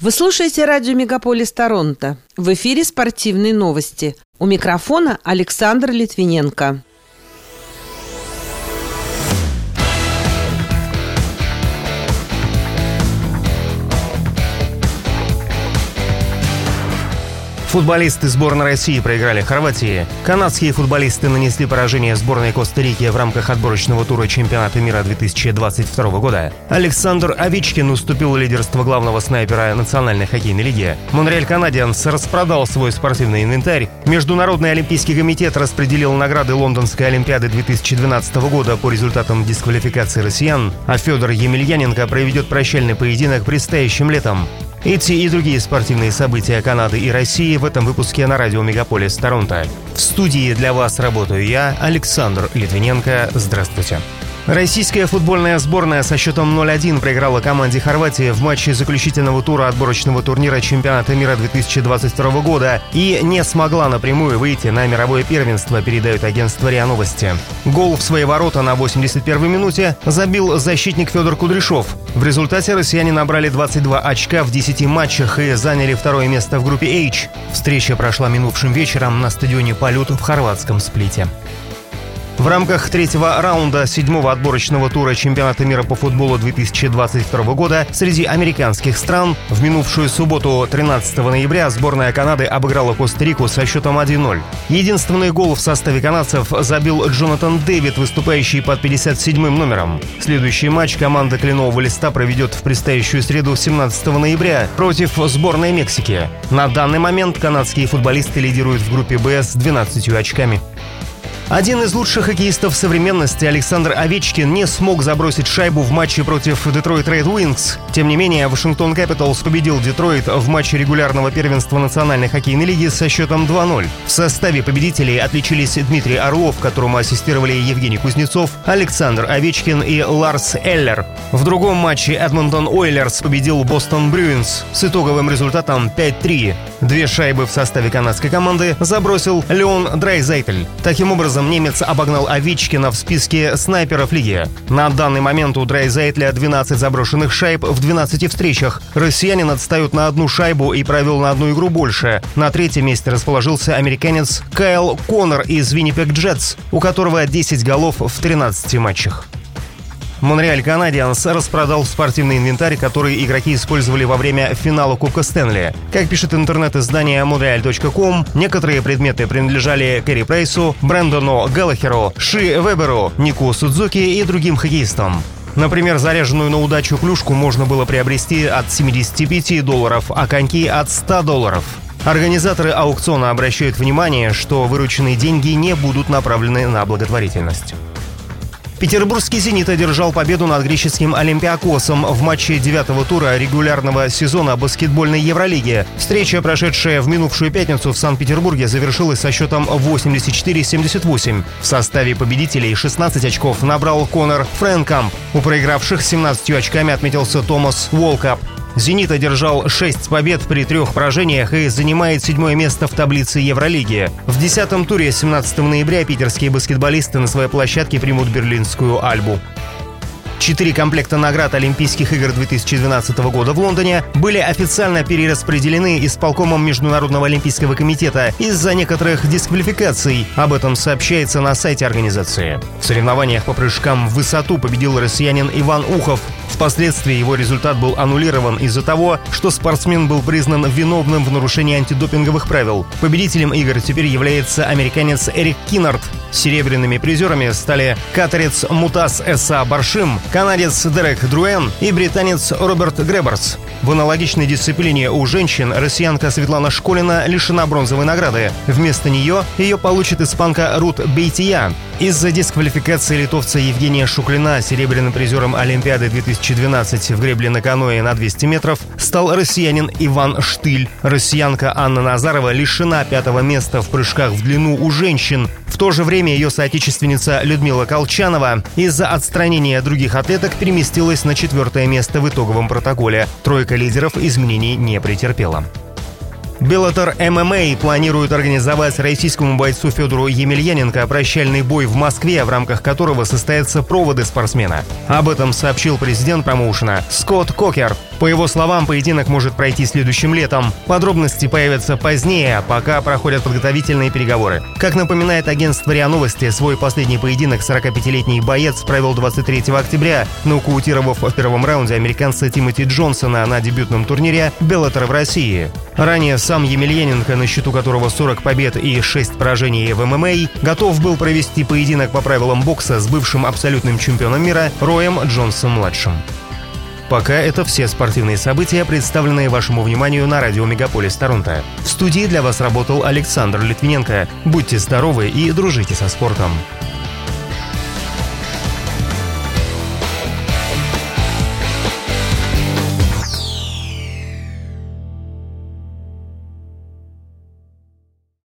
Вы слушаете радио «Мегаполис Торонто». В эфире спортивные новости. У микрофона Александр Литвиненко. Футболисты сборной России проиграли Хорватии. Канадские футболисты нанесли поражение сборной Коста-Рики в рамках отборочного тура чемпионата мира 2022 года. Александр Овечкин уступил лидерство главного снайпера Национальной хоккейной лиги. Монреаль Канадианс распродал свой спортивный инвентарь. Международный олимпийский комитет распределил награды Лондонской олимпиады 2012 года по результатам дисквалификации россиян, а Федор Емельяненко проведет прощальный поединок предстоящим летом. Эти и другие спортивные события Канады и России в этом выпуске на радио «Мегаполис Торонто». В студии для вас работаю я, Александр Литвиненко. Здравствуйте. Российская футбольная сборная со счетом 0-1 проиграла команде Хорватии в матче заключительного тура отборочного турнира чемпионата мира 2022 года и не смогла напрямую выйти на мировое первенство, передает агентство РИА Новости. Гол в свои ворота на 81-й минуте забил защитник Федор Кудряшов. В результате россияне набрали 22 очка в 10 матчах и заняли второе место в группе H. Встреча прошла минувшим вечером на стадионе «Полют» в хорватском Сплите. В рамках третьего раунда седьмого отборочного тура чемпионата мира по футболу 2022 года среди американских стран в минувшую субботу 13 ноября сборная Канады обыграла Коста-Рику со счетом 1-0. Единственный гол в составе канадцев забил Джонатан Дэвид, выступающий под 57-м номером. Следующий матч команда Кленового Листа проведет в предстоящую среду 17 ноября против сборной Мексики. На данный момент канадские футболисты лидируют в группе Б с 12 очками. Один из лучших хоккеистов современности Александр Овечкин не смог забросить шайбу в матче против Детройт Ред Уинкс. Тем не менее, Вашингтон Капиталс победил Детройт в матче регулярного первенства Национальной хоккейной лиги со счетом 2-0. В составе победителей отличились Дмитрий Орлов, которому ассистировали Евгений Кузнецов, Александр Овечкин и Ларс Эллер. В другом матче Эдмонтон Ойлерс победил Бостон Брюинс с итоговым результатом 5-3. Две шайбы в составе канадской команды забросил Леон Драйзайтель. Таким образом, немец обогнал Овечкина в списке снайперов лиги. На данный момент у Драйзайтля 12 заброшенных шайб в 12 встречах. Россиянин отстает на одну шайбу и провел на одну игру больше. На третьем месте расположился американец Кайл Коннор из Виннипег Джетс, у которого 10 голов в 13 матчах. Монреаль Канадианс распродал спортивный инвентарь, который игроки использовали во время финала Кубка Стэнли. Как пишет интернет-издание Montreal.com, некоторые предметы принадлежали Кэрри Прайсу, Брэндону Галлахеру, Ши Веберу, Нику Судзуки и другим хоккеистам. Например, заряженную на удачу клюшку можно было приобрести от $75, а коньки от $100. Организаторы аукциона обращают внимание, что вырученные деньги не будут направлены на благотворительность. Петербургский «Зенит» одержал победу над греческим «Олимпиакосом» в матче 9-го тура регулярного сезона баскетбольной Евролиги. Встреча, прошедшая в минувшую пятницу в Санкт-Петербурге, завершилась со счетом 84-78. В составе победителей 16 очков набрал Конор Френкамп. У проигравших 17 очками отметился Томас Уолкап. «Зенит» одержал 6 побед при 3 поражениях и занимает 7-е место в таблице Евролиги. В 10-м туре 17 ноября питерские баскетболисты на своей площадке примут берлинскую «Альбу». 4 комплекта наград Олимпийских игр 2012 года в Лондоне были официально перераспределены исполкомом Международного олимпийского комитета из-за некоторых дисквалификаций. Об этом сообщается на сайте организации. В соревнованиях по прыжкам в высоту победил россиянин Иван Ухов. Впоследствии его результат был аннулирован из-за того, что спортсмен был признан виновным в нарушении антидопинговых правил. Победителем игр теперь является американец Эрик Киннард. Серебряными призерами стали катарец Мутас Эса Баршим, канадец Дерек Друэн и британец Роберт Греберс. В аналогичной дисциплине у женщин россиянка Светлана Школина лишена бронзовой награды. Вместо нее ее получит испанка Рут Бейтия. Из-за дисквалификации литовца Евгения Шуклина серебряным призером Олимпиады 2012 в гребле на каноэ на 200 метров стал россиянин Иван Штыль. Россиянка Анна Назарова лишена 5-го места в прыжках в длину у женщин. В то же время ее соотечественница Людмила Колчанова из-за отстранения других атлеток переместилась на 4-е место в итоговом протоколе. Тройка лидеров изменений не претерпела. Bellator MMA планирует организовать российскому бойцу Федору Емельяненко прощальный бой в Москве, в рамках которого состоятся проводы спортсмена. Об этом сообщил президент промоушена Скотт Кокер. По его словам, поединок может пройти следующим летом. Подробности появятся позднее, пока проходят подготовительные переговоры. Как напоминает агентство РИА Новости, свой последний поединок 45-летний боец провел 23 октября, нокаутировав в первом раунде американца Тимоти Джонсона на дебютном турнире Беллатор в России. Ранее сам Емельяненко, на счету которого 40 побед и 6 поражений в ММА, готов был провести поединок по правилам бокса с бывшим абсолютным чемпионом мира Роем Джонсом-младшим. Пока это все спортивные события, представленные вашему вниманию на радио Мегаполис Торонто. В студии для вас работал Александр Литвиненко. Будьте здоровы и дружите со спортом.